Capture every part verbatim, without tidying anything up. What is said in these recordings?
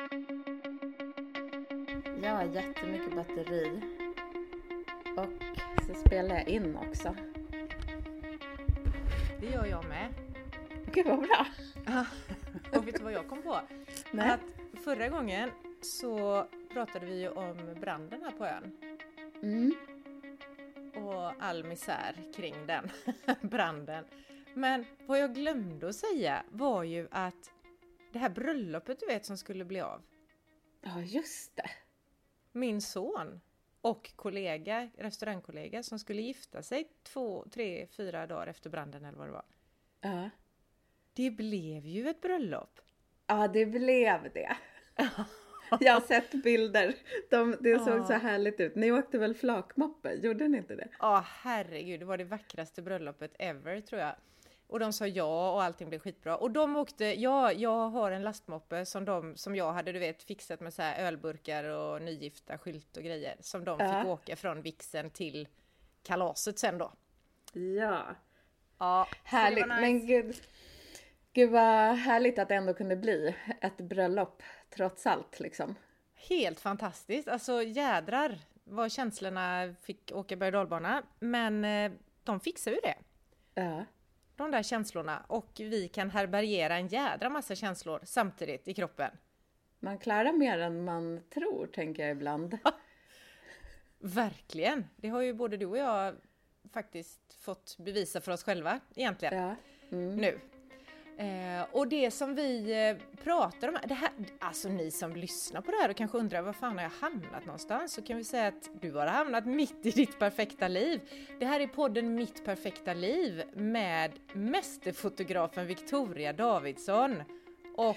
Jag har jättemycket batteri. Och så spelar jag in också. Det gör jag med. Gud vad bra. Och vet du vad jag kom på? Nej. Att förra gången så pratade vi ju om branden här på ön. Mm. Och all misär kring den branden. Men vad jag glömde att säga var ju att det här bröllopet du vet som skulle bli av. Ja, just det. Min son och kollega, restaurangkollega som skulle gifta sig två, tre, fyra dagar efter branden eller vad det var. Ja. Det blev ju ett bröllop. Ja, det blev det. Jag har sett bilder. De, det såg Ja. så härligt ut. Ni åkte väl flakmoppe? Gjorde ni inte det? Ja, herregud. Det var det vackraste bröllopet ever, tror jag. Och de sa ja och allting blev skitbra. Och de åkte, ja, jag har en lastmoppe som, de, som jag hade, du vet, fixat med så här ölburkar och nygifta skylt och grejer. Som de Ja. fick åka från vixen till kalaset sen då. Ja. Ja, Härligt. så det var nice. Men gud, gud vad härligt att det ändå kunde bli ett bröllop trots allt liksom. Helt fantastiskt. Alltså jädrar vad känslorna fick åka berg- och dalbana. Men eh, de fixar ju det. Ja. De där känslorna. Och vi kan härbärgera en jädra massa känslor samtidigt i kroppen. Man klarar mer än man tror, tänker jag ibland. Verkligen. Det har ju både du och jag faktiskt fått bevisa för oss själva egentligen. Ja. Mm. Nu. Eh, och det som vi eh, pratar om, det här, alltså ni som lyssnar på det här och kanske undrar var fan har jag hamnat någonstans, så kan vi säga att du har hamnat mitt i ditt perfekta liv. Det här är podden Mitt perfekta liv med mästerfotografen Victoria Davidsson och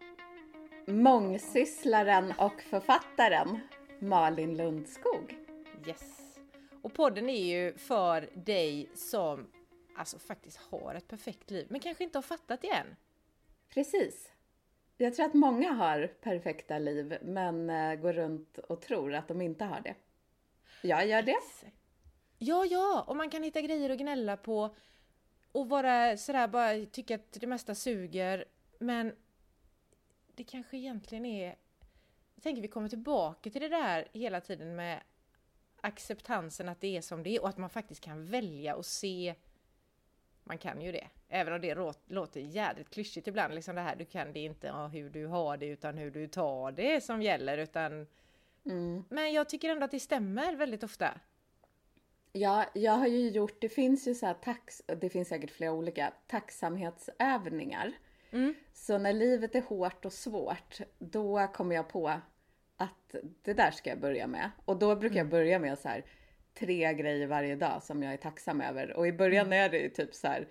Mångsysslaren och författaren Malin Lundskog. yes. Och podden är ju för dig som alltså faktiskt har ett perfekt liv men kanske inte har fattat det än. Precis. Jag tror att många har perfekta liv men äh, går runt och tror att de inte har det. Jag gör det. Ja, ja, och man kan hitta grejer att gnälla på och vara sådär, bara tycka att det mesta suger, men det kanske egentligen är, jag tänker vi kommer tillbaka till det där hela tiden med acceptansen att det är som det är och att man faktiskt kan välja och se, man kan ju det, även om det låter jävligt klyschigt ibland, liksom det här, du kan det inte ja, hur du har det utan hur du tar det som gäller, utan Mm. men jag tycker ändå att det stämmer väldigt ofta. Ja, jag har ju gjort, det finns ju så här tax, det finns säkert flera olika tacksamhetsövningar. Mm. Så när livet är hårt och svårt, då kommer jag på att det där ska jag börja med. Och då brukar jag börja med så här tre grejer varje dag som jag är tacksam över. Och i början är det ju typ så här,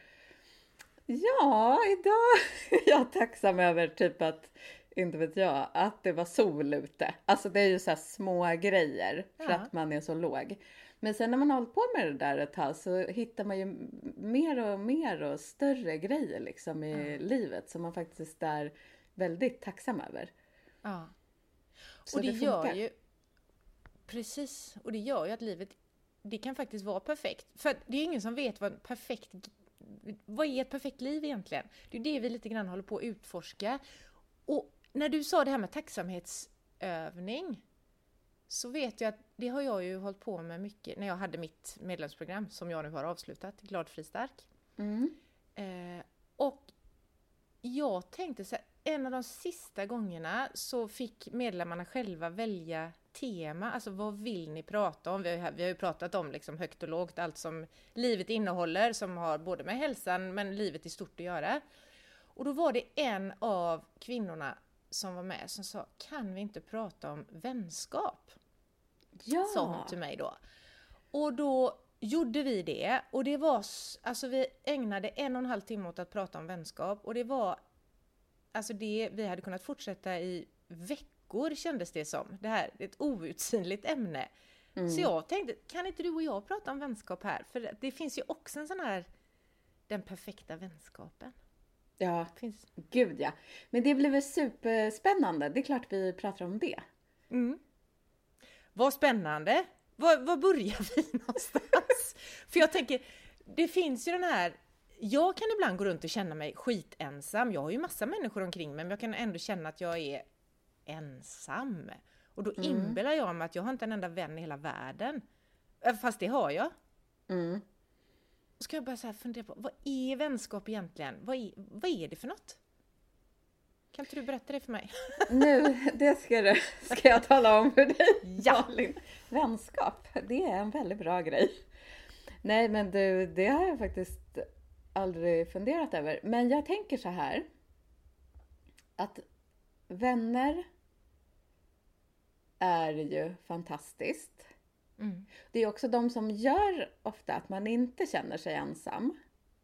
ja, idag är jag tacksam över typ att, inte vet jag, att det var sol ute. Alltså det är ju så här små grejer för Ja. att man är så låg. Men sen när man har hållit på med det där ett tag så hittar man ju mer och mer och större grejer liksom i livet som man faktiskt är väldigt tacksam över. Ja. Så Och det, det gör funkar. ju precis, och det gör ju att livet, det kan faktiskt vara perfekt. För det är ingen som vet vad en perfekt, vad är ett perfekt liv egentligen? Det är det vi lite grann håller på att utforska. Och när du sa det här med tacksamhetsövning, så vet jag att det har jag ju hållit på med mycket när jag hade mitt medlemsprogram som jag nu har avslutat, Glad, fri, stark. Mm. Eh, och jag tänkte så här, en av de sista gångerna så fick medlemmarna själva välja tema, alltså vad vill ni prata om? Vi har, vi har ju pratat om liksom högt och lågt, allt som livet innehåller som har både med hälsan men livet i stort att göra. Och då var det en av kvinnorna som var med som sa, kan vi inte prata om vänskap? Ja. Sa hon till mig då. Och då gjorde vi det. Och det var, alltså vi ägnade en och en halv timme åt att prata om vänskap. Och det var, alltså det, vi hade kunnat fortsätta i veckor kändes det som. Det här är ett outsinligt ämne. Mm. Så jag tänkte, kan inte du och jag prata om vänskap här? För det finns ju också en sån här, den perfekta vänskapen. Ja, Finns. gud ja. Men det blir väl superspännande. Det är klart vi pratar om det. Mm. Vad spännande. Var, var börjar vi någonstans? För jag tänker, det finns ju den här, jag kan ibland gå runt och känna mig skitensam. Jag har ju massa människor omkring mig, men jag kan ändå känna att jag är ensam. Och då Mm. inbillar jag mig att jag har inte en enda vän i hela världen. Fast det har jag. Mm. Och ska jag bara så här fundera på, vad är vänskap egentligen? Vad är, vad är det för något? Kan inte du berätta det för mig? Nu, det ska, du, ska jag tala om för dig. Ja. Malin. Vänskap, det är en väldigt bra grej. Nej, men du, det har jag faktiskt aldrig funderat över. Men jag tänker så här. Att vänner är ju fantastiskt. Mm. Det är också de som gör ofta att man inte känner sig ensam.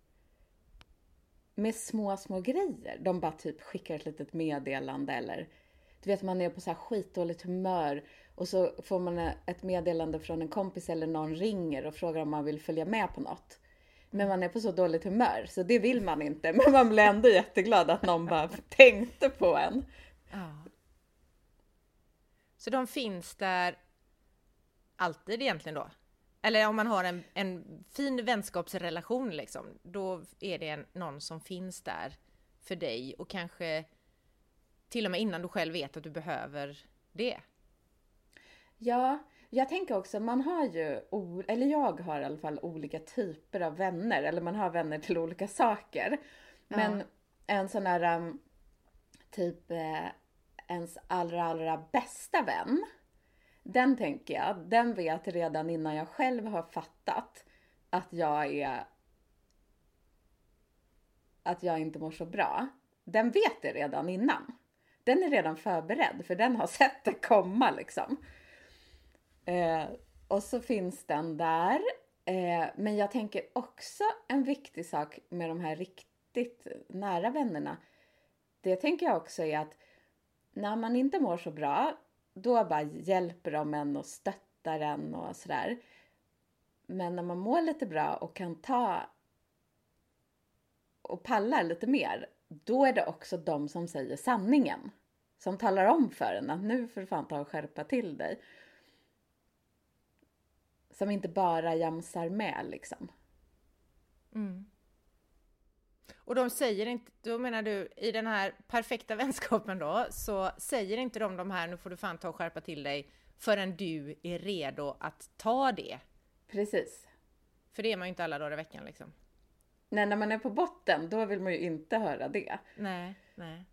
Med små, små grejer. De bara typ skickar ett litet meddelande eller... Du vet, man är på så här skitdåligt humör. Och så får man ett meddelande från en kompis eller någon ringer och frågar om man vill följa med på något. Men man är på så dåligt humör, så det vill man inte. Men man blir ändå jätteglad att någon bara tänkte på en. Ja. Så de finns där alltid egentligen då? Eller om man har en, en fin vänskapsrelation liksom, då är det en, någon som finns där för dig och kanske till och med innan du själv vet att du behöver det. Ja, jag tänker också, man har ju, eller jag har i alla fall olika typer av vänner. Eller man har vänner till olika saker. Men Ja. en sån här um, typ eh, ens allra, allra bästa vän. Den tänker jag, den vet redan innan jag själv har fattat att jag är, att jag inte mår så bra. Den vet det redan innan. Den är redan förberedd, för den har sett det komma liksom. Eh, och så finns den där. Eh, men jag tänker också en viktig sak med de här riktigt nära vännerna. Det tänker jag också är att när man inte mår så bra, då bara hjälper de en och stöttar en och sådär. Men när man mår lite bra och kan ta och pallar lite mer, då är det också de som säger sanningen. Som talar om för en att nu för fan ta och skärpa till dig. Som inte bara jamsar med liksom. Mm. Och de säger inte, då menar du i den här perfekta vänskapen då, så säger inte de de här, nu får du fan ta och skärpa till dig, förrän du är redo att ta det. Precis. För det är man ju inte alla dagar i veckan liksom. Nej, när man är på botten, då vill man ju inte höra det. Nej, nej.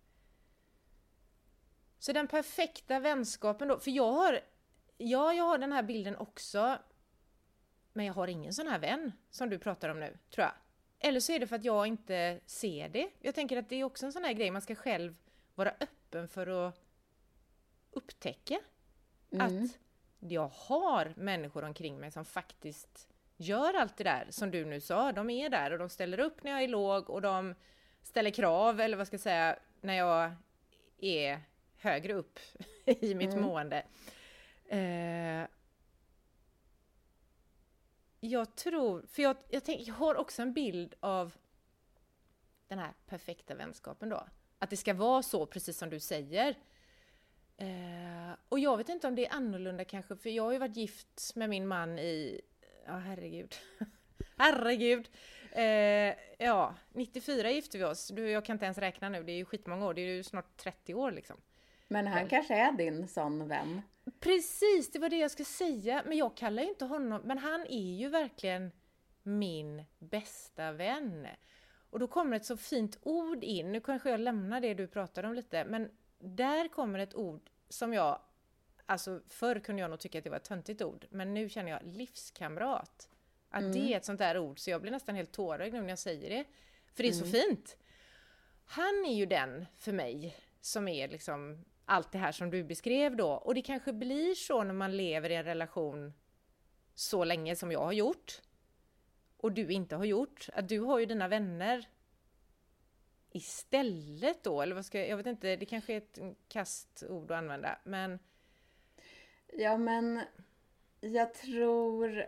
Så den perfekta vänskapen då, för jag har, ja, jag har den här bilden också, men jag har ingen sån här vän som du pratar om nu, tror jag. Eller så är det för att jag inte ser det. Jag tänker att det är också en sån här grej, man ska själv vara öppen för att upptäcka Mm. att jag har människor omkring mig som faktiskt gör allt det där som du nu sa. De är där och de ställer upp när jag är låg och de ställer krav, eller vad ska jag säga, när jag är högre upp i mitt Mm. mående. Eh, jag tror, för jag, jag, tänk, jag har också en bild av den här perfekta vänskapen då. Att det ska vara så, precis som du säger. Eh, och jag vet inte om det är annorlunda kanske, för jag har ju varit gift med min man i, ja herregud, herregud, eh, ja, nittiofyra gifte vi oss, du, jag kan inte ens räkna nu, det är ju skitmånga år, det är ju snart trettio år liksom. Men han kanske är din sån vän. Precis, det var det jag skulle säga, men jag kallar ju inte honom, men han är ju verkligen min bästa vän. Och då kommer ett så fint ord in, nu kanske jag lämnar det du pratade om lite, men där kommer ett ord som jag, alltså förr kunde jag nog tycka att det var ett töntigt ord, men nu känner jag livskamrat. Att Mm. det är ett sånt där ord, så jag blir nästan helt tårögd nu när jag säger det. För det är så Mm. fint. Han är ju den för mig som är liksom allt det här som du beskrev då. Och det kanske blir så när man lever i en relation så länge som jag har gjort. Och du inte har gjort. Att du har ju dina vänner istället då. Eller vad ska jag, jag vet inte, det kanske är ett kastord att använda. Men Ja, men jag tror...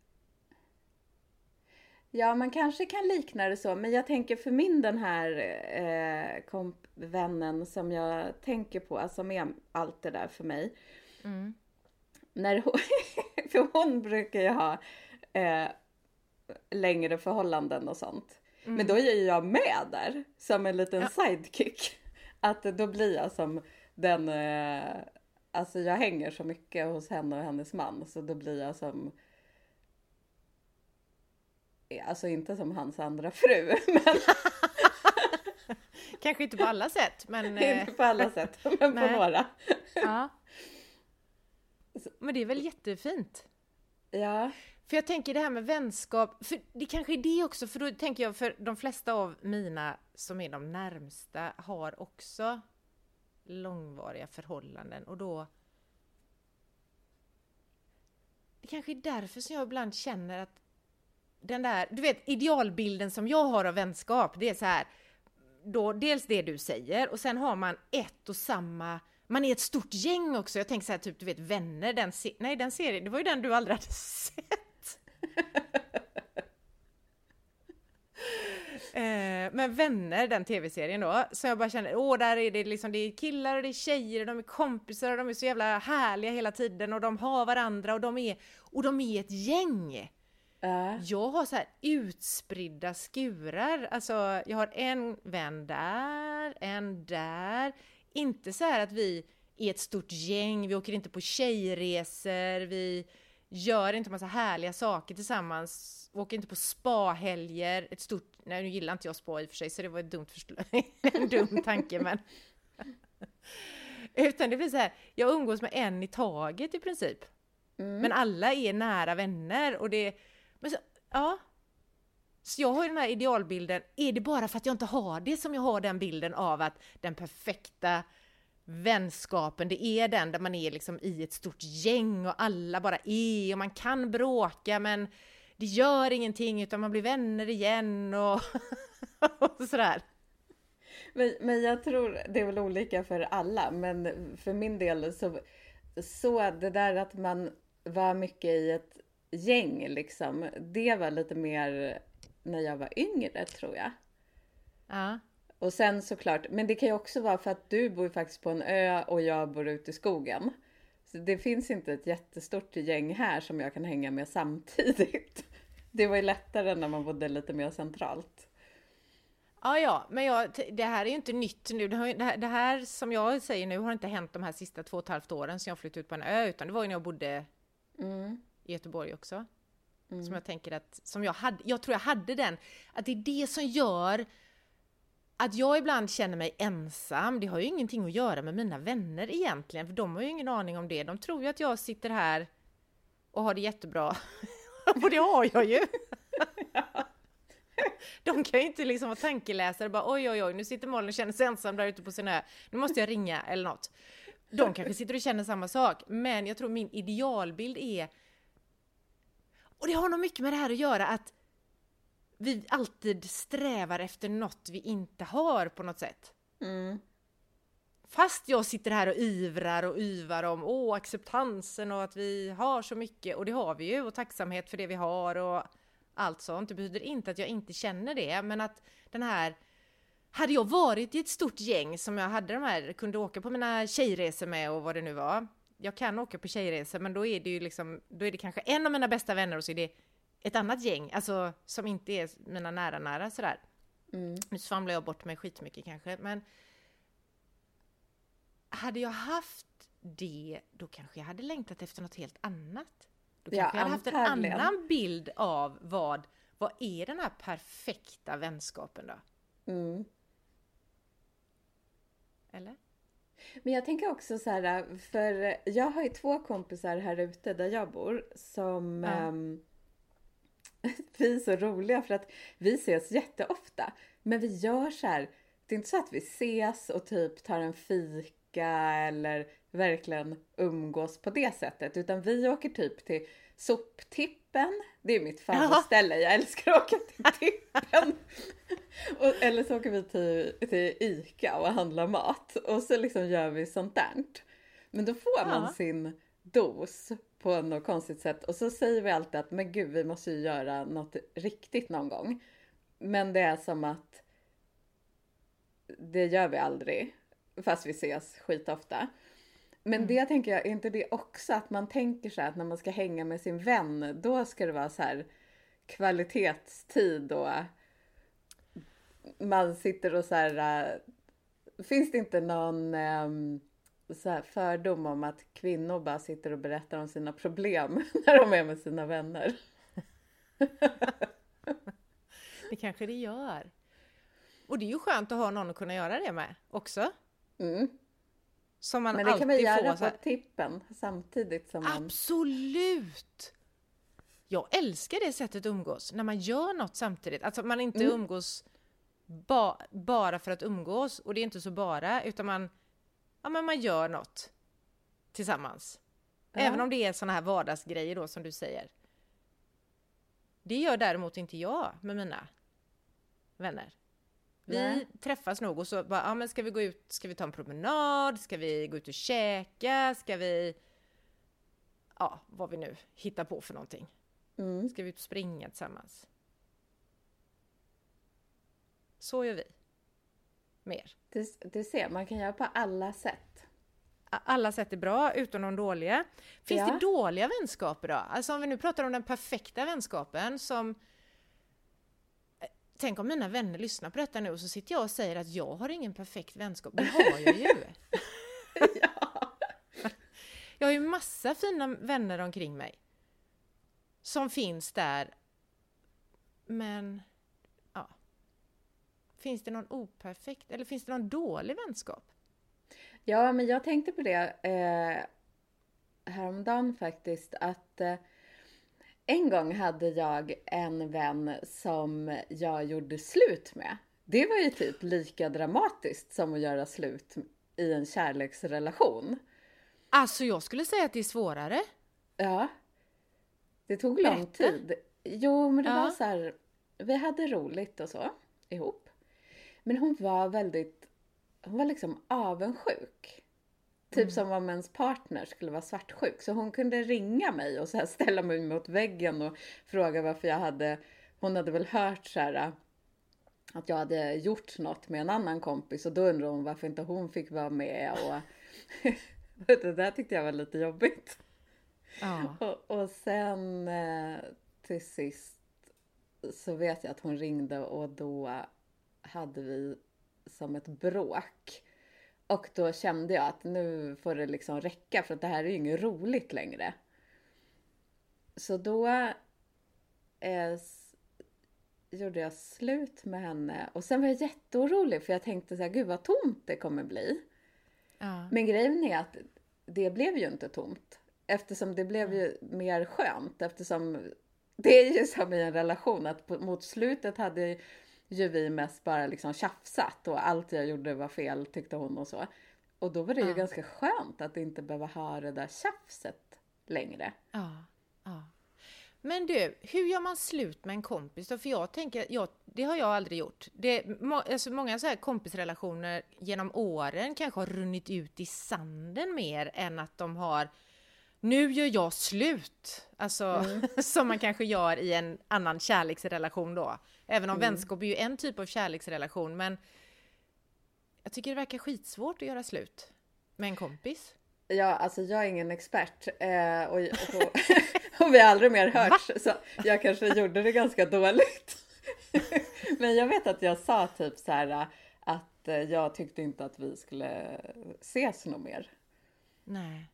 Ja, man kanske kan likna det så. Men jag tänker för min den här eh, komp- vännen som jag tänker på, som är allt det där för mig. mm. När hon, för hon brukar ju ha eh, längre förhållanden och sånt. Men då är ju jag med där som en liten Ja. sidekick. Att då blir jag som den, eh, alltså jag hänger så mycket hos henne och hennes man, så då blir jag som, alltså inte som hans andra fru, men Kanske inte på alla sätt, men... inte på alla sätt, men på några. Ja. Men det är väl jättefint. Ja. För jag tänker det här med vänskap, för det kanske är det också, för då tänker jag för de flesta av mina som är de närmsta har också långvariga förhållanden, och då det kanske är därför som jag ibland känner att den där, du vet, idealbilden som jag har av vänskap, det är så här, då dels det du säger, och sen har man ett och samma, man är ett stort gäng också. Jag tänker så här, typ, du vet, Vänner, den se- nej den serien, det var ju den du aldrig hade sett. eh, men Vänner, den tv-serien då, så jag bara känner, åh, där är det liksom, det är killar och det är tjejer och de är kompisar och de är så jävla härliga hela tiden och de har varandra och de är, och de är ett gäng. Uh. Jag har så här utspridda skurar, alltså jag har en vän där, en där, inte så här att vi är ett stort gäng, vi åker inte på tjejresor, vi gör inte massa härliga saker tillsammans, vi åker inte på spahelger, ett stort, nej nu gillar inte jag spa i och för sig, så det var ett dumt förslag, en dum tanke, men utan det blir så här, jag umgås med en i taget i princip, mm. men alla är nära vänner, och det men så, ja. Så jag har ju den här idealbilden, är det bara för att jag inte har det som jag har den bilden av att den perfekta vänskapen, det är den där man är liksom i ett stort gäng och alla bara är, och man kan bråka men det gör ingenting utan man blir vänner igen och, och sådär. Men, men jag tror det är väl olika för alla, men för min del så, så det där att man var mycket i ett gäng liksom, det var lite mer när jag var yngre, tror jag. Ja. Och sen såklart, men det kan ju också vara för att du bor faktiskt på en ö och jag bor ute i skogen. Så det finns inte ett jättestort gäng här som jag kan hänga med samtidigt. Det var ju lättare när man bodde lite mer centralt. Ja, ja, men jag, det här är ju inte nytt nu. Det, har, det, här, det här som jag säger nu har inte hänt de här sista två och ett halvt åren sedan jag flyttade ut på en ö, utan det var ju när jag bodde mm. i Göteborg också. Mm. Som jag tänker att, som jag hade, jag tror jag hade den, att det är det som gör att jag ibland känner mig ensam. Det har ju ingenting att göra med mina vänner egentligen, för de har ju ingen aning om det. De tror ju att jag sitter här och har det jättebra. Och det har jag ju. Ja. De kan ju inte liksom vara tankeläsare och bara oj oj oj, nu sitter Malin och känner sig ensam där ute på sin ö. Nu måste jag ringa eller något. De kanske sitter och känner samma sak, men jag tror min idealbild är, och det har nog mycket med det här att göra, att vi alltid strävar efter något vi inte har på något sätt. Mm. Fast jag sitter här och ivrar och yvar om åh, acceptansen och att vi har så mycket, och det har vi ju, och tacksamhet för det vi har och allt sånt. Det betyder inte att jag inte känner det, men att den här, hade jag varit i ett stort gäng som jag hade de här, kunde åka på mina tjejresor med och vad det nu var. Jag kan åka på tjejresor, men då är det ju liksom, då är det kanske en av mina bästa vänner och så är det ett annat gäng, alltså som inte är mina nära nära sådär. Mm. Nu svamlar jag bort mig skitmycket kanske, men hade jag haft det, då kanske jag hade längtat efter något helt annat. Då kanske ja, jag hade haft en annan bild av vad, vad är den här perfekta vänskapen då? Mm. Eller? Men jag tänker också så här, för jag har ju två kompisar här ute där jag bor som ja. um, vi är så roliga för att vi ses jätteofta. Men vi gör så här, det är inte så att vi ses och typ tar en fika eller verkligen umgås på det sättet. Utan vi åker typ till soptippen. Det är mitt favoritställe. Jag älskar att åka till tippen. och, eller så åker vi till, till Ica och handlar mat. Och så liksom gör vi sånt där. Men då får man ja. sin dos på något konstigt sätt. Och så säger vi alltid att men gud, vi måste ju göra något riktigt någon gång. Men det är som att det gör vi aldrig. Fast vi ses skitofta. Men mm. det tänker jag, är inte det också att man tänker så här att när man ska hänga med sin vän, då ska det vara så här kvalitetstid och man sitter och så här, finns det inte någon, så här fördom om att kvinnor bara sitter och berättar om sina problem när de är med sina vänner. Det kanske det gör. Och det är ju skönt att ha någon att kunna göra det med också. Mm. Som man Men det kan man alltid göra får så här- på tippen samtidigt som man... Absolut! Jag älskar det sättet att umgås. När man gör något samtidigt. Alltså man inte Mm. umgås ba- bara för att umgås. Och det är inte så bara. Utan man, ja, men man gör något tillsammans. Ja. Även om det är såna här vardagsgrejer då som du säger. Det gör däremot inte jag med mina vänner. Vi Nej. träffas nog och så bara, ja men ska vi gå ut, ska vi ta en promenad, ska vi gå ut och käka, ska vi, ja vad vi nu hittar på för någonting. Mm. Ska vi ut och springa tillsammans. Så gör vi. Mer. Du, du ser, man kan göra på alla sätt. A- Alla sätt är bra, utom de dåliga. Finns Ja. det dåliga vänskaper då? Alltså om vi nu pratar om den perfekta vänskapen som... Eh, Tänk om mina vänner lyssnar på detta nu och så sitter jag och säger att jag har ingen perfekt vänskap. Det har jag ju. Ja. Jag har ju massa fina vänner omkring mig. Som finns där. Men, ja. Finns det någon operfekt, eller finns det någon dålig vänskap? Ja, men jag tänkte på det eh, häromdagen faktiskt. Att eh, en gång hade jag en vän som jag gjorde slut med. Det var ju typ lika dramatiskt som att göra slut i en kärleksrelation. Alltså jag skulle säga att det är svårare. Ja, det tog lång Berätta. tid. Jo, men det Ja. var så här, vi hade roligt och så ihop. Men hon var väldigt, hon var liksom avundsjuk. Typ som om ens partner skulle vara svartsjuk. Så hon kunde ringa mig och så här ställa mig mot väggen och fråga varför jag hade, hon hade väl hört så här att jag hade gjort något med en annan kompis. Och då undrade hon varför inte hon fick vara med. Och det där tyckte jag var lite jobbigt. Ja. Och, och sen eh, till sist så vet jag att hon ringde och då hade vi som ett bråk. Och då kände jag att nu får det liksom räcka för att det här är ju inget roligt längre. Så då eh, s- gjorde jag slut med henne. Och sen var jag jätteorolig för jag tänkte så här, gud vad tomt det kommer bli. Ja. Men grejen är att det blev ju inte tomt. Eftersom det blev ju mer skönt. Eftersom det är ju som i en relation. Att på, mot slutet hade ju vi mest bara liksom tjafsat. Och allt jag gjorde var fel tyckte hon och så. Och då var det ju Ja. ganska skönt att inte behöva ha det där tjafset längre. Ja, ja. Men du, hur gör man slut med en kompis då? För jag tänker, jag, det har jag aldrig gjort. Det, må, alltså många så här kompisrelationer genom åren kanske har runnit ut i sanden mer än att de har, nu gör jag slut. Alltså, Mm. som man kanske gör i en annan kärleksrelation då. Även om Mm. vänskap är ju en typ av kärleksrelation, men jag tycker det verkar skitsvårt att göra slut med en kompis. Ja, alltså jag är ingen expert. Eh, och, och, och vi har aldrig mer hörts. Så jag kanske gjorde det ganska dåligt. Men jag vet att jag sa typ så här att eh, jag tyckte inte att vi skulle ses något mer. Nej.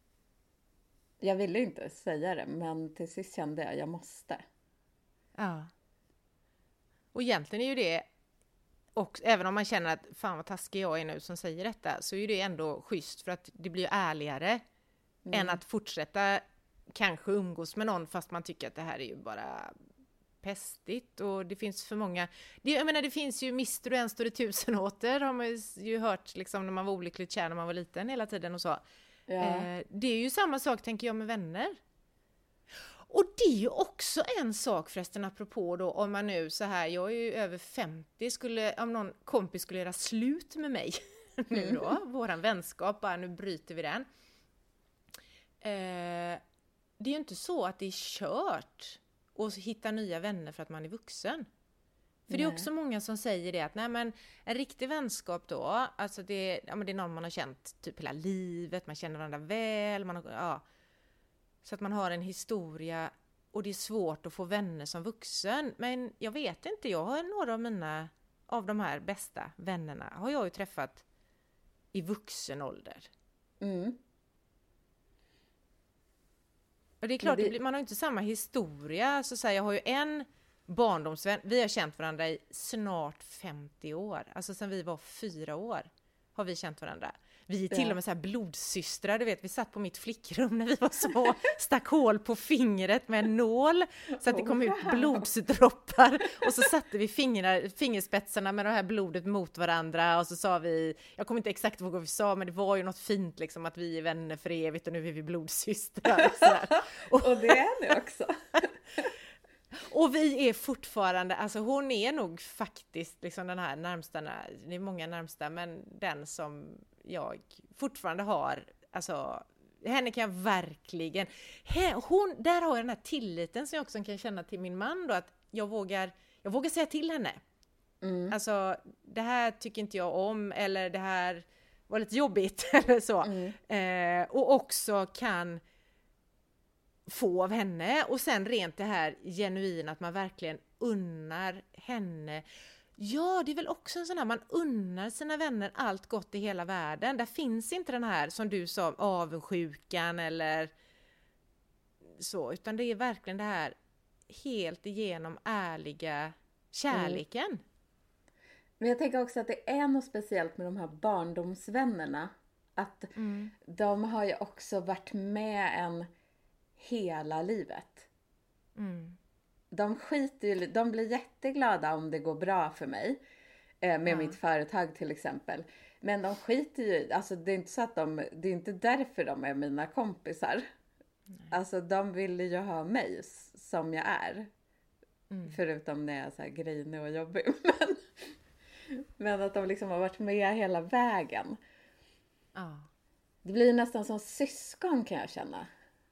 Jag ville inte säga det, men till sist kände jag att jag måste. Ja. Och egentligen är ju det, och även om man känner att fan vad taskig jag är nu som säger detta, så är ju det ändå schysst för att det blir ärligare Mm. än att fortsätta kanske umgås med någon fast man tycker att det här är ju bara pestigt och det finns för många. Det, jag menar det finns ju mister du en står det tusen åter har man ju, ju hört liksom när man var olyckligt kär när man var liten hela tiden och så. Ja. Eh, det är ju samma sak tänker jag med vänner. Och det är ju också en sak förresten apropå då om man nu så här, jag är ju över femtio, skulle, om någon kompis skulle göra slut med mig nu då, våran vänskap, bara nu bryter vi den. Eh, det är ju inte så att det är kört att hitta nya vänner för att man är vuxen. För det är Nej. också många som säger det att nej men en riktig vänskap då, alltså det, ja, men det är någon man har känt typ hela livet, man känner varandra väl, man har, ja, så att man har en historia och det är svårt att få vänner som vuxen. Men jag vet inte, jag har några av mina, av de här bästa vännerna har jag ju träffat i vuxen ålder. Mm. Och det är klart, det... det blir, man har inte samma historia. Så, så här, jag har ju en barndomsvän, vi har känt varandra i snart femtio år. Alltså sedan vi var fyra år har vi känt varandra. Vi är till och med så här blodsystrar, du vet, vi satt på mitt flickrum när vi var små, stack hål på fingret med en nål så att det kom ut blodsdroppar och så satte vi fingrar, fingerspetsarna med det här blodet mot varandra och så sa vi, jag kommer inte exakt ihåg vad vi sa, men det var ju något fint liksom att vi är vänner för evigt och nu är vi blodsystrar. Och, och det är ni också. Och vi är fortfarande, alltså hon är nog faktiskt liksom den här närmsta, det är många närmsta, men den som jag fortfarande har, alltså henne kan jag verkligen, hon, där har jag den här tilliten som jag också kan känna till min man då, att jag vågar, jag vågar säga till henne. Mm. Alltså det här tycker inte jag om, eller det här var lite jobbigt eller så. Mm. Eh, och också kan få av henne, och sen rent det här genuina att man verkligen unnar henne. Ja, det är väl också en sån här, man unnar sina vänner allt gott i hela världen. Där finns inte den här, som du sa, avundsjukan eller så, utan det är verkligen det här helt igenom ärliga kärleken. Mm. Men jag tänker också att det är något speciellt med de här barndomsvännerna. Att mm. de har ju också varit med en hela livet. Mm. De skiter ju, de blir jätteglada om det går bra för mig. Eh, med ja. mitt företag till exempel. Men de skiter ju, alltså det är inte så att de, det är inte därför de är mina kompisar. Nej. Alltså de vill ju ha mig som jag är. Mm. Förutom när jag är så här grinig och jobbig. Men, men att de liksom har varit med hela vägen. Ja. Det blir nästan som syskon, kan jag känna.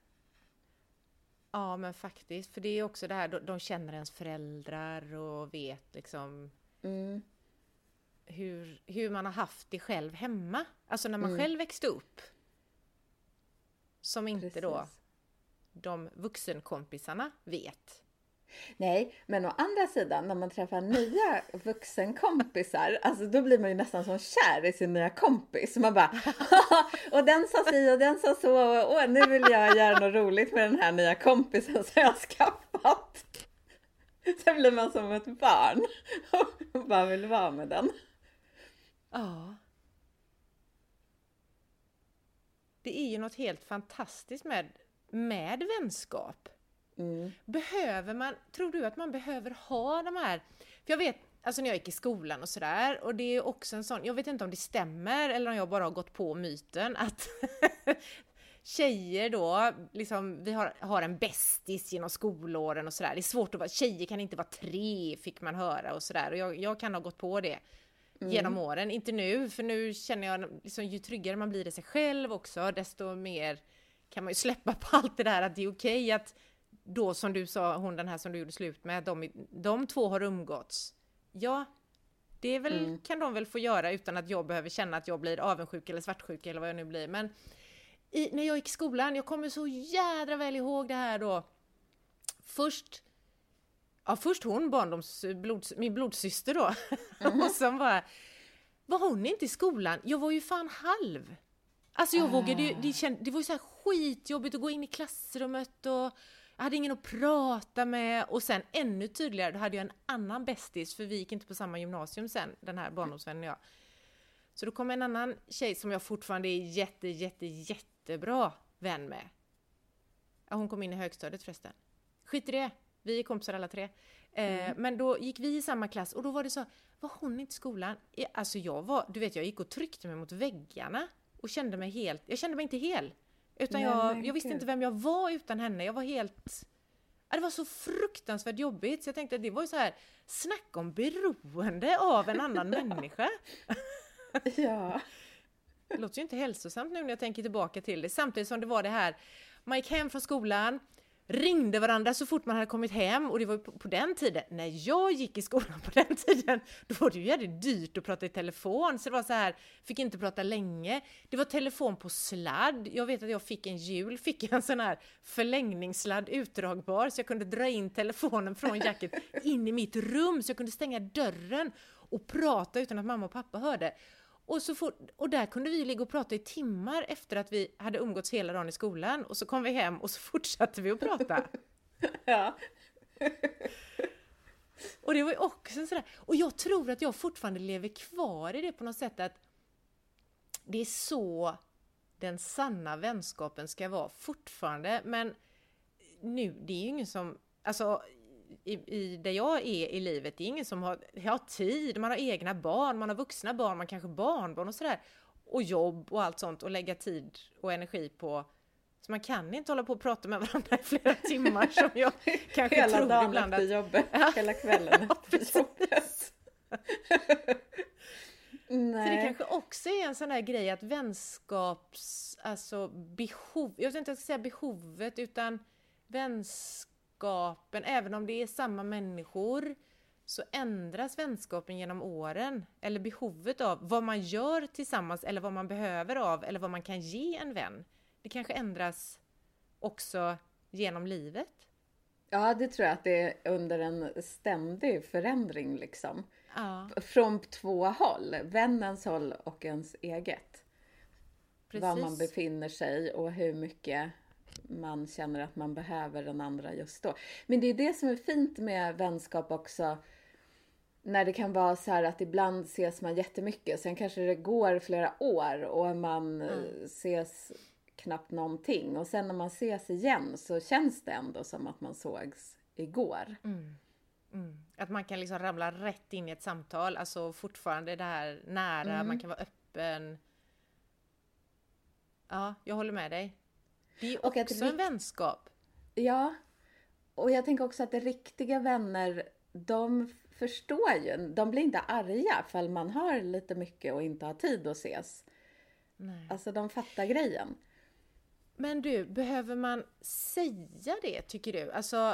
Ja, men faktiskt. För det är också det här, de känner ens föräldrar och vet liksom mm. hur, hur man har haft det själv hemma. Alltså när man mm. själv växte upp. Som inte Precis. Då de vuxenkompisarna vet. Nej, men å andra sidan, när man träffar nya vuxenkompisar, alltså då blir man ju nästan som kär i sin nya kompis. Man bara, och den sa si och den sa så, och nu vill jag göra något roligt med den här nya kompisen som jag har skaffat. Sen blir man som ett barn och bara vill vara med den. Ja. Det är ju något helt fantastiskt med, med vänskap. Mm. Behöver man, tror du att man behöver ha de här, för jag vet, alltså när jag gick i skolan och sådär, och det är också en sån, jag vet inte om det stämmer eller om jag bara har gått på myten att tjejer då, liksom vi har, har en bästis genom skolåren och sådär, det är svårt att vara, tjejer kan inte vara tre, fick man höra och sådär, och jag, jag kan ha gått på det mm. genom åren, inte nu, för nu känner jag liksom, ju tryggare man blir i sig själv också, desto mer kan man ju släppa på allt det där, att det är okej att då som du sa, hon den här som du gjorde slut med, de, de två har umgåtts. Ja, det är väl, mm. kan de väl få göra utan att jag behöver känna att jag blir avundsjuk eller svartsjuk eller vad jag nu blir. Men i, när jag gick i skolan, jag kommer så jädra väl ihåg det här då. Först, ja först hon, barndoms, blods, min blodsyster då. Mm. Och sen bara, var hon inte i skolan? Jag var ju fan halv. Alltså jag ah. vågade ju, det, känd, det var ju så här skitjobbigt att gå in i klassrummet och jag hade ingen att prata med, och sen ännu tydligare, då hade jag en annan bästis, för vi gick inte på samma gymnasium sen, den här barndomsvännen och jag. Så då kom en annan tjej som jag fortfarande är jätte, jätte, jättebra vän med. Ja, hon kom in i högstadiet förresten. Skit i det, vi är kompisar alla tre. Mm. Eh, men då gick vi i samma klass, och då var det så, var hon inte i skolan? Alltså jag var, du vet, jag gick och tryckte mig mot väggarna och kände mig helt, jag kände mig inte hel. Utan Nej, jag, jag visste inte vem jag var utan henne. Jag var helt... Det var så fruktansvärt jobbigt. Så jag tänkte att det var ju så här... Snacka om beroende av en annan människa. Ja. Det låter ju inte hälsosamt nu när jag tänker tillbaka till det. Samtidigt som det var det här... Man gick hem från skolan. Ringde varandra så fort man hade kommit hem. Och det var på, på den tiden. När jag gick i skolan på den tiden. Då var det ju jävligt dyrt att prata i telefon. Så det var så här. Fick inte prata länge. Det var telefon på sladd. Jag vet att jag fick en jul. Fick en sån här förlängningssladd utdragbar. Så jag kunde dra in telefonen från jacket in i mitt rum. Så jag kunde stänga dörren. Och prata utan att mamma och pappa hörde. Och, så fort, och där kunde vi ligga och prata i timmar efter att vi hade umgåtts hela dagen i skolan. Och så kom vi hem och så fortsatte vi att prata. Ja. Och det var ju också sådär. Och jag tror att jag fortfarande lever kvar i det på något sätt, att det är så den sanna vänskapen ska vara fortfarande. Men nu, det är ju ingen som, alltså i, i där jag är i livet, det är ingen som har, har tid, man har egna barn, man har vuxna barn, man kanske barnbarn och sådär. Och jobb och allt sånt, och lägga tid och energi på. Så man kan inte hålla på och prata med varandra i flera timmar som jag kanske hela tror dagen ibland. efter Att... jobbet, Ja. hela kvällen Ja, efter jobbet. Nej. Så det kanske också är en sån här grej att vänskaps, alltså behov, jag vet inte om jag ska säga behovet, utan vänskapen, även om det är samma människor, så ändras vänskapen genom åren. Eller behovet av vad man gör tillsammans, eller vad man behöver av, eller vad man kan ge en vän. Det kanske ändras också genom livet. Ja, det tror jag att det är under en ständig förändring liksom. Ja, Från två håll, vännens håll och ens eget. precis. Var man befinner sig och hur mycket man känner att man behöver den andra just då. Men det är det som är fint med vänskap också. När det kan vara så här att ibland ses man jättemycket. Sen kanske det går flera år och man Mm. ses knappt någonting. Och sen när man ses igen så känns det ändå som att man sågs igår. Mm. Mm. Att man kan liksom ramla rätt in i ett samtal. Alltså fortfarande det här nära, Mm. man kan vara öppen. Ja, jag håller med dig. Det är Och att också rikt- en vänskap. Ja, och jag tänker också att det riktiga vänner, de förstår ju. De blir inte arga för man har lite mycket och inte har tid att ses. Nej. Alltså de fattar grejen. Men du, behöver man säga det, tycker du? Alltså,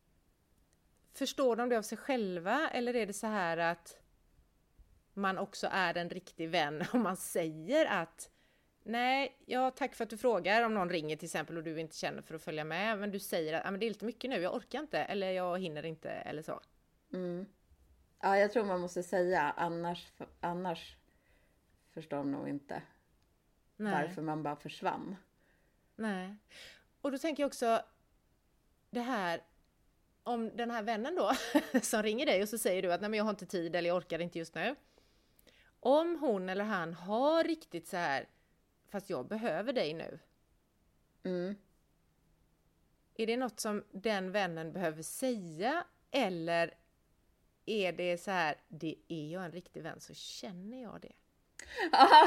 förstår de det av sig själva? Eller är det så här att man också är en riktig vän om man säger att nej, ja, tack för att du frågar om någon ringer till exempel och du inte känner för att följa med. Men du säger att ah, men det är lite mycket nu, jag orkar inte. Eller jag hinner inte, eller så. Mm. Ja, jag tror man måste säga. Annars, annars förstår de nog inte Nej. varför man bara försvann. Nej. Och då tänker jag också det här, om den här vännen då som ringer dig och så säger du att nej men jag har inte tid eller jag orkar inte just nu. Om hon eller han har riktigt så här, fast jag behöver dig nu. Mm. Är det något som den vännen behöver säga, eller är det så här, det är jag en riktig vän så känner jag det. Aha.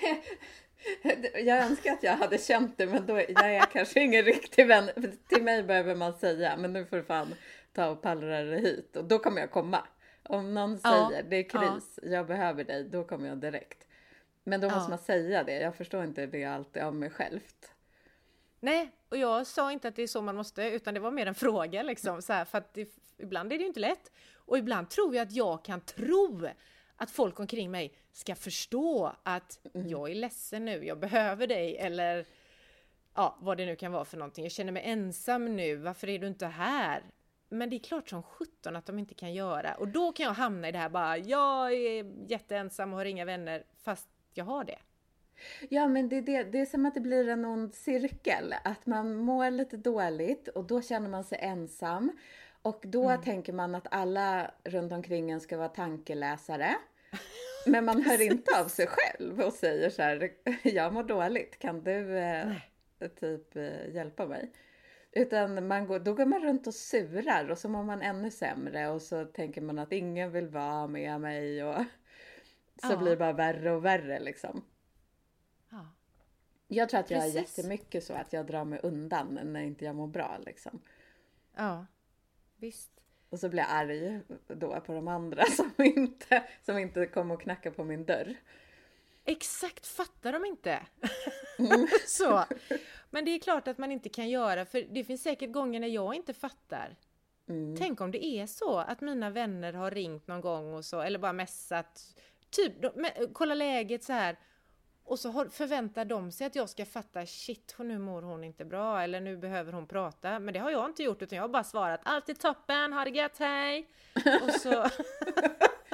Jag önskar att jag hade känt det, men då jag är kanske ingen riktig vän. Till mig behöver man säga, men nu får du fan ta och pallra dig hit. Och då kommer jag komma. Om någon Ja, säger, det är kris, jag behöver dig, då kommer jag direkt. Men då Ja. måste man säga det. Jag förstår inte det alltid av mig självt. Nej, och jag sa inte att det är så man måste, utan det var mer en fråga liksom, så här, för att det, ibland är det ju inte lätt. Och ibland tror jag att jag kan tro att folk omkring mig ska förstå att Mm. jag är ledsen nu, jag behöver dig, eller ja, vad det nu kan vara för någonting. Jag känner mig ensam nu, varför är du inte här? Men det är klart som sjutton att de inte kan göra. Och då kan jag hamna i det här bara, jag är jätteensam och har inga vänner, fast jag har det. Ja, men det, det, det är som att det blir en ond cirkel. Att man mår lite dåligt och då känner man sig ensam. Och då Mm. tänker man att alla runt omkring en ska vara tankeläsare. Men man hör inte av sig själv och säger så här, jag mår dåligt, kan du eh, typ eh, hjälpa mig? Utan man går, då går man runt och surar och så mår man ännu sämre. Och så tänker man att ingen vill vara med mig och så Ja. blir det bara värre och värre liksom. Ja. Jag tror att jag är Precis. jättemycket så att jag drar mig undan när inte jag mår bra liksom. Ja, visst. Och så blir jag arg då på de andra som inte, som inte kommer och knacka på min dörr. Exakt, fattar de inte. Mm. Så. Men det är klart att man inte kan göra, för det finns säkert gånger när jag inte fattar. Mm. Tänk om det är så att mina vänner har ringt någon gång och så, eller bara messat, typ, de, me- kolla läget så här. Och så har, förväntar de sig att jag ska fatta, shit, nu mår hon inte bra, eller nu behöver hon prata. Men det har jag inte gjort, utan jag har bara svarat, allt är toppen, ha det gött, hej! Och så...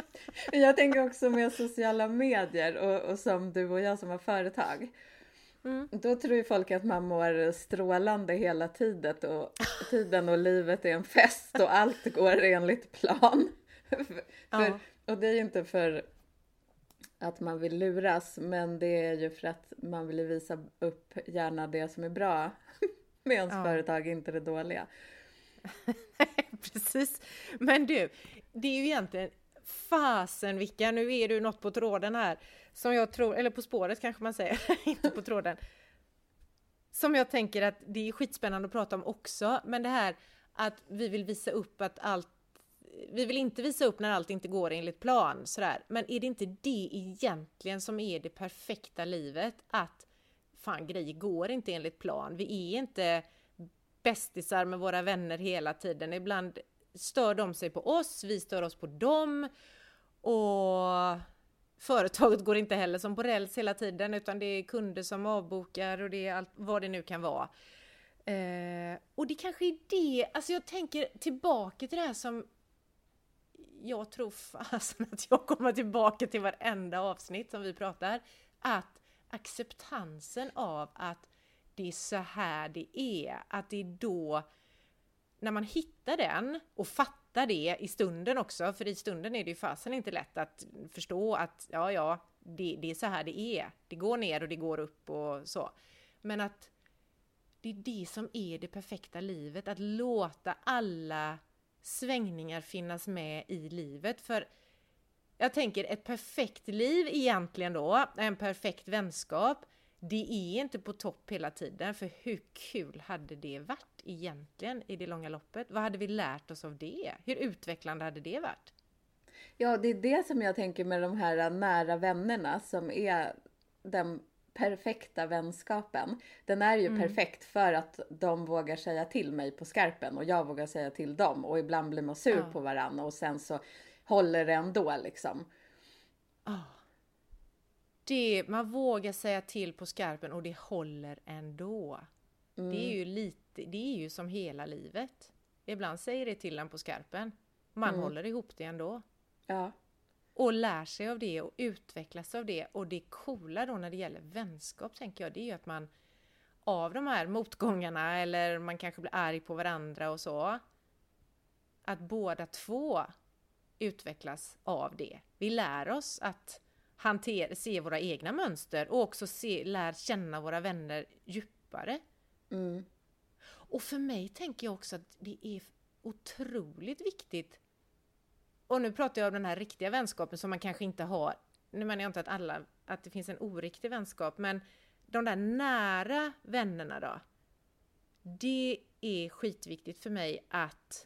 Jag tänker också med sociala medier och, och som du och jag som har företag. Mm. Då tror ju folk att man mår strålande hela tiden och, tiden och livet är en fest och allt går enligt plan. för, Ja. Och det är ju inte för att man vill luras, men det är ju för att man vill visa upp gärna det som är bra med ens Ja. företag, inte det dåliga. Precis. Men du, det är ju egentligen fasen vilka, nu är du något på tråden här, som jag tror, eller på spåret kanske man säger, inte på tråden. Som jag tänker att det är skitspännande att prata om också, men det här att vi vill visa upp att allt, vi vill inte visa upp när allt inte går enligt plan, sådär. Men är det inte det egentligen som är det perfekta livet? Att fan, grejer går inte enligt plan. Vi är inte bästisar med våra vänner hela tiden. Ibland stör de sig på oss, vi stör oss på dem. Och företaget går inte heller som på räls hela tiden, utan det är kunder som avbokar och det är allt vad det nu kan vara. Eh, och det kanske är det, alltså jag tänker tillbaka till det här som jag tror fasen att jag kommer tillbaka till varenda avsnitt som vi pratar. Att acceptansen av att det är så här det är. Att det är då, när man hittar den och fattar det i stunden också. För i stunden är det ju fasen inte lätt att förstå att ja, ja, det, det är så här det är. Det går ner och det går upp och så. Men att det är det som är det perfekta livet. Att låta alla svängningar finnas med i livet. För jag tänker ett perfekt liv egentligen då, en perfekt vänskap, det är inte på topp hela tiden. För hur kul hade det varit egentligen i det långa loppet? Vad hade vi lärt oss av det? Hur utvecklande hade det varit? Ja, det är det som jag tänker med de här nära vännerna som är den perfekta vänskapen. Den är ju mm. perfekt för att de vågar säga till mig på skarpen och jag vågar säga till dem. Och ibland blir man sur ja. på varandra och sen så håller det ändå liksom. Ja. Det, man vågar säga till på skarpen och det håller ändå. Mm. Det är ju lite, det är ju som hela livet. Ibland säger det till en på skarpen. Man mm. håller ihop det ändå. Ja. Och lär sig av det och utvecklas av det. Och det coola då när det gäller vänskap tänker jag, det är ju att man av de här motgångarna eller man kanske blir arg på varandra och så. Att båda två utvecklas av det. Vi lär oss att hantera, se våra egna mönster och också se, lär känna våra vänner djupare. Mm. Och för mig tänker jag också att det är otroligt viktigt. Och nu pratar jag om den här riktiga vänskapen som man kanske inte har. Nu menar jag inte att alla, att det finns en oriktig vänskap. Men de där nära vännerna då. Det är skitviktigt för mig att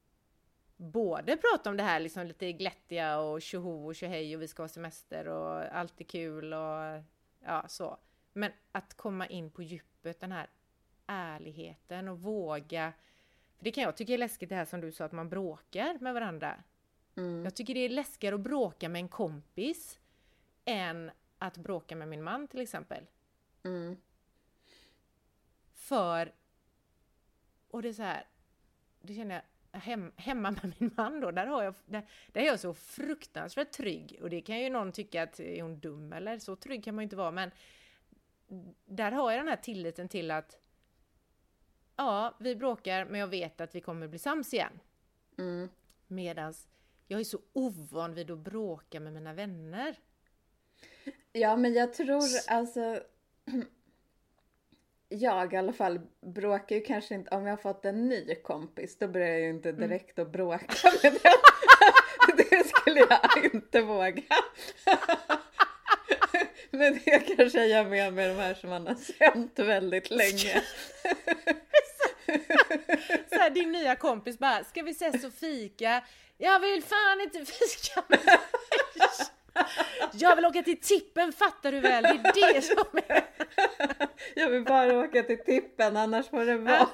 både prata om det här liksom lite glättiga och tjoho och tjohej och vi ska ha semester och allt är kul och ja så. Men att komma in på djupet, den här ärligheten och våga. För det kan jag tycka är läskigt det här som du sa att man bråkar med varandra. Mm. Jag tycker det är läskigare att bråka med en kompis än att bråka med min man till exempel. Mm. För, och det är så här, det känner jag hem, hemma med min man då, där, har jag, där, där är jag så fruktansvärt trygg. Och det kan ju någon tycka att är hon dum eller så trygg kan man ju inte vara. Men där har jag den här tilliten till att ja, vi bråkar men jag vet att vi kommer bli sams igen. Mm. Medans jag är så ovan vid att bråka med mina vänner. Ja, men jag tror alltså jag i alla fall bråkar ju kanske inte, om jag har fått en ny kompis då börjar jag ju inte direkt mm. att bråka med den. Det skulle jag inte våga. Men det kanske jag gör med med de här som man har känt väldigt länge. Så här, din nya kompis bara, ska vi ses och fika? Jag vill fan inte fika med dig. Jag vill åka till tippen, fattar du väl? Det är det som är. Jag vill bara åka till tippen, annars får det vara.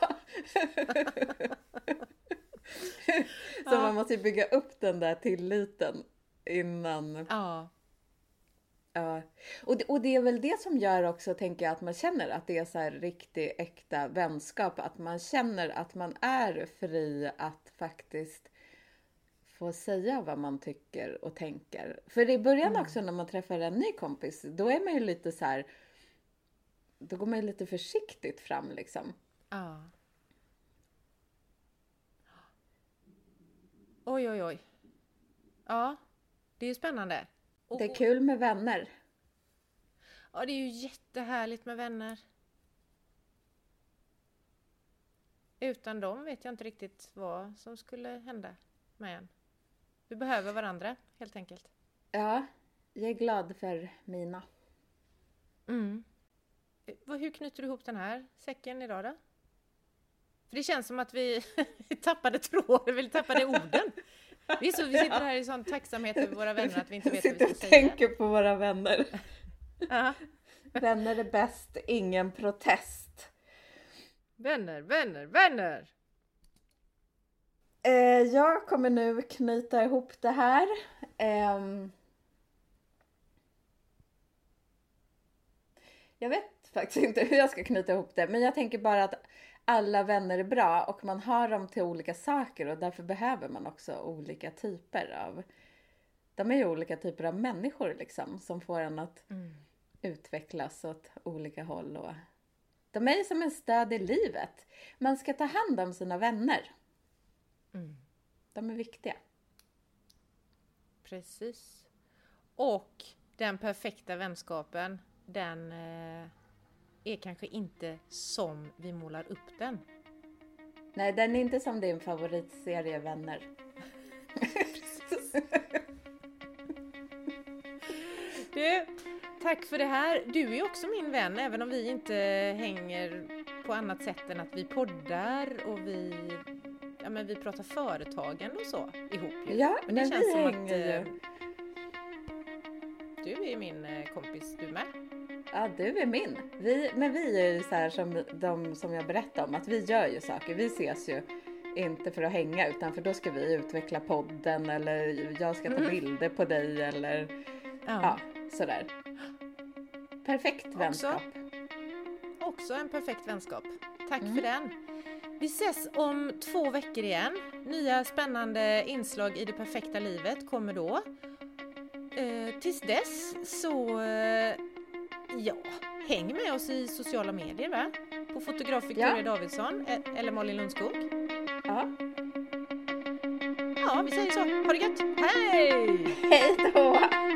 Så ja. Man måste ju bygga upp den där tilliten innan. Ja. Ja. Och det, och det är väl det som gör också, tänker jag, att man känner att det är så här riktig äkta vänskap. Att man känner att man är fri att faktiskt få säga vad man tycker och tänker. För i början Mm. också när man träffar en ny kompis, då är man ju lite så här, då går man ju lite försiktigt fram liksom. Ja. Oj, oj, oj. Ja, det är ju spännande. Och, Det är kul med vänner. ja, det är ju jättehärligt med vänner. Utan dem vet jag inte riktigt vad som skulle hända med en. Vi behöver varandra, helt enkelt. Ja, jag är glad för mina. Mm. Vad- Hur knyter du ihop den här säcken idag då? För det känns som att vi tappade tråden, vi tappade orden. Vi, är så, vi sitter här i sån tacksamhet över våra vänner att vi inte vet vad vi Sitter ska och säga. tänker på våra vänner. Ja. Vänner är bäst, ingen protest. Vänner, vänner, vänner! Eh, jag kommer nu knyta ihop det här. Ehm, jag vet faktiskt inte hur jag ska knyta ihop det. Men jag tänker bara att alla vänner är bra och man har dem till olika saker. Och därför behöver man också olika typer av... De är ju olika typer av människor liksom. Som får en att Mm. utvecklas åt olika håll. Och... De är ju som en stöd i livet. Man ska ta hand om sina vänner. Mm. De är viktiga. Precis. Och den perfekta vänskapen, den eh, är kanske inte som vi målar upp den. Nej, den är inte som din favoritserie Vänner. Du, tack för det här. Du är också min vän, även om vi inte hänger på annat sätt än att vi poddar och vi, ja, men vi pratar företagande och så ihop. Ju. Ja, men men det känns vi som hänger att eh, ju. du är min eh, kompis, du med. Ja, du är min. Vi, men vi är ju så här som de som jag berättade om, att vi gör ju saker. Vi ses ju inte för att hänga, utan för då ska vi utveckla podden eller jag ska ta Mm. bilder på dig eller ja, sådär. Perfekt vänskap. Också en perfekt vänskap. Tack Mm. för den. Vi ses om två veckor igen. Nya spännande inslag i det perfekta livet kommer då. Eh, tills dess så eh, ja, häng med oss i sociala medier, va? På fotograf Victoria Ja. Davidsson eh, eller Malin Lundskog. Ja. Ja, vi säger så. Ha det gött. Hej! Hej då!